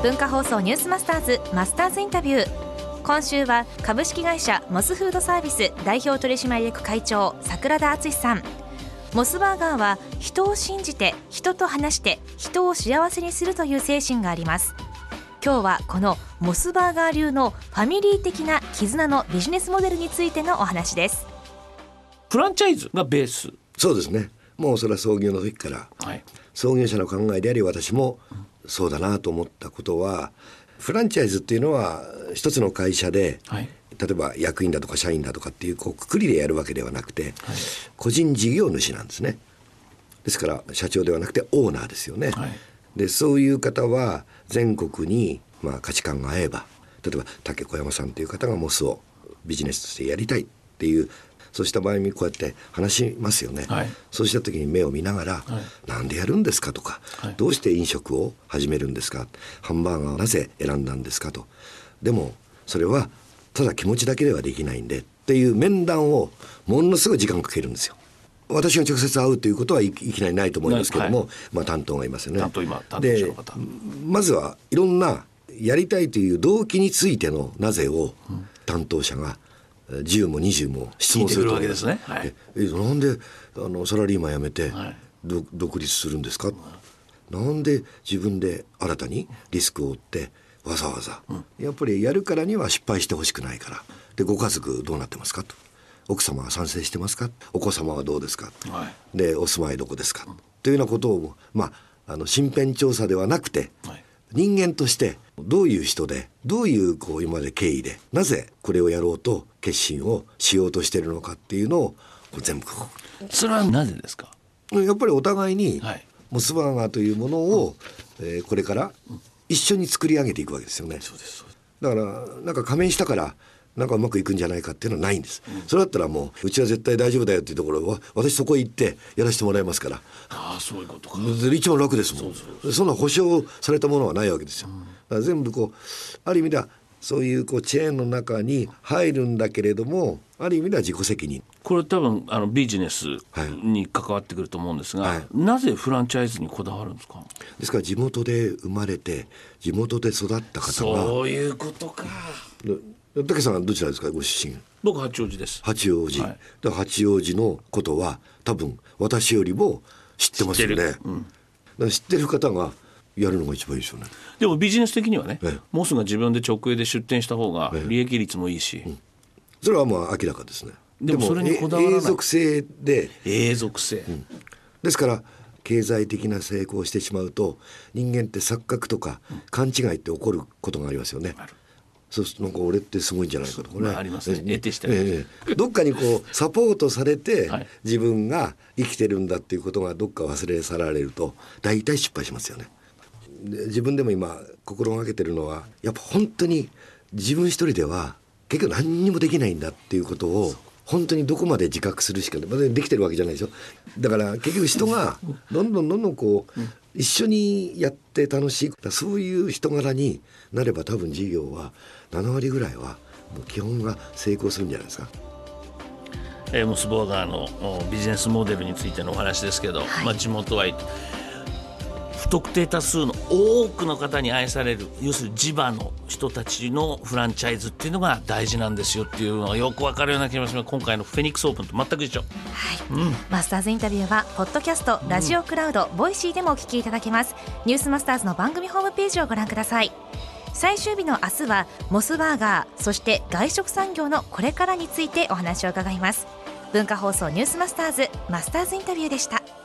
文化放送ニュースマスターズマスターズインタビュー。今週は株式会社モスフードサービス代表取締役会長桜田敦さん。モスバーガーは人を信じて人と話して人を幸せにするという精神があります。今日はこのモスバーガー流のファミリー的な絆のビジネスモデルについてのお話です。 フランチャイズがベース。 そうですね。もうそれは創業の時から、創業者の考えであり私もそうだなと思ったことは、フランチャイズっていうのは一つの会社で、例えば役員だとか社員だとかっていうくくりでやるわけではなくて、個人事業主なんですね。ですから社長ではなくてオーナーですよね。でそういう方は全国に価値観が合えば、例えば竹小山さんという方がモスをビジネスとしてやりたいっていう、そうした場合にこうやって話しますよね。そうした時に目を見ながら、なんでやるんですかとか、どうして飲食を始めるんですか、ハンバーガーをなぜ選んだんですかと。でもそれはただ気持ちだけではできないんでっていう面談をものすごい時間かけるんですよ。私が直接会うということはいきなりないと思いますけども、担当がいますよね。担当者の方。まずはいろんなやりたいという動機についてのなぜを担当者が10も20も質問するわけですね。 なんでサラリーマン辞めて、独立するんですか、なんで自分で新たにリスクを負ってわざわざ、やっぱりやるからには失敗してほしくないから。でご家族どうなってますかと、奥様は賛成してますか、お子様はどうですか、でお住まいどこですか、というようなことを、身辺調査ではなくて、人間としてどういう人でどういう今まで経緯でなぜこれをやろうと決心をしようとしているのかっていうのを全部。 それはなぜですか。 やっぱりお互いにモスバーガーというものを、これから一緒に作り上げていくわけですよね。だから加盟したからうまくいくんじゃないかっていうのはないんです。それだったらもうちは絶対大丈夫だよっていうところは私そこへ行ってやらせてもらいますから。 そういうことか。 一番楽ですもん。そんな保証されたものはないわけですよ。だから全部ある意味ではそういうチェーンの中に入るんだけれども、ある意味では自己責任。 これ多分ビジネスに関わってくると思うんですが、なぜフランチャイズにこだわるんですか。 ですから地元で生まれて地元で育った方が。 そういうことか。 竹さんはどちらですか、ご出身。 僕八王子です。 八王子、八王子のことは多分私よりも知ってますよね。だから知ってる方がやるのが一番いいですよね。 でもビジネス的にはね、モスが自分で直営で出店した方が利益率もいいし、 それは明らかですね。 でもそれにこだわらない。 永続性で、ですから経済的な成功をしてしまうと人間って錯覚とか勘違いって起こることがありますよね。そうすると俺ってすごいんじゃないかとかね、 ありますね。得てしたどっかにサポートされて、自分が生きてるんだっていうことがどっか忘れ去られると大体失敗しますよね。で自分でも今心がけてるのは、やっぱ本当に自分一人では結局何にもできないんだっていうことを本当にどこまで自覚するしかない。できてるわけじゃないでしょ。だから結局人がどんどん一緒にやって楽しい、そういう人柄になれば多分事業は7割ぐらいはもう基本が成功するんじゃないですか。 モスバーガーのビジネスモデルについてのお話ですけど、地元は不特定多数の多くの方に愛される、要するに地場の人たちのフランチャイズっていうのが大事なんですよっていうのがよくわかるような気がします。今回のフェニックスオープンと全く一緒。 マスターズインタビューはポッドキャスト、ラジオクラウド、ボイシーでもお聞きいただけます。ニュースマスターズの番組ホームページをご覧ください。最終日の明日はモスバーガー、そして外食産業のこれからについてお話を伺います。文化放送ニュースマスターズマスターズインタビューでした。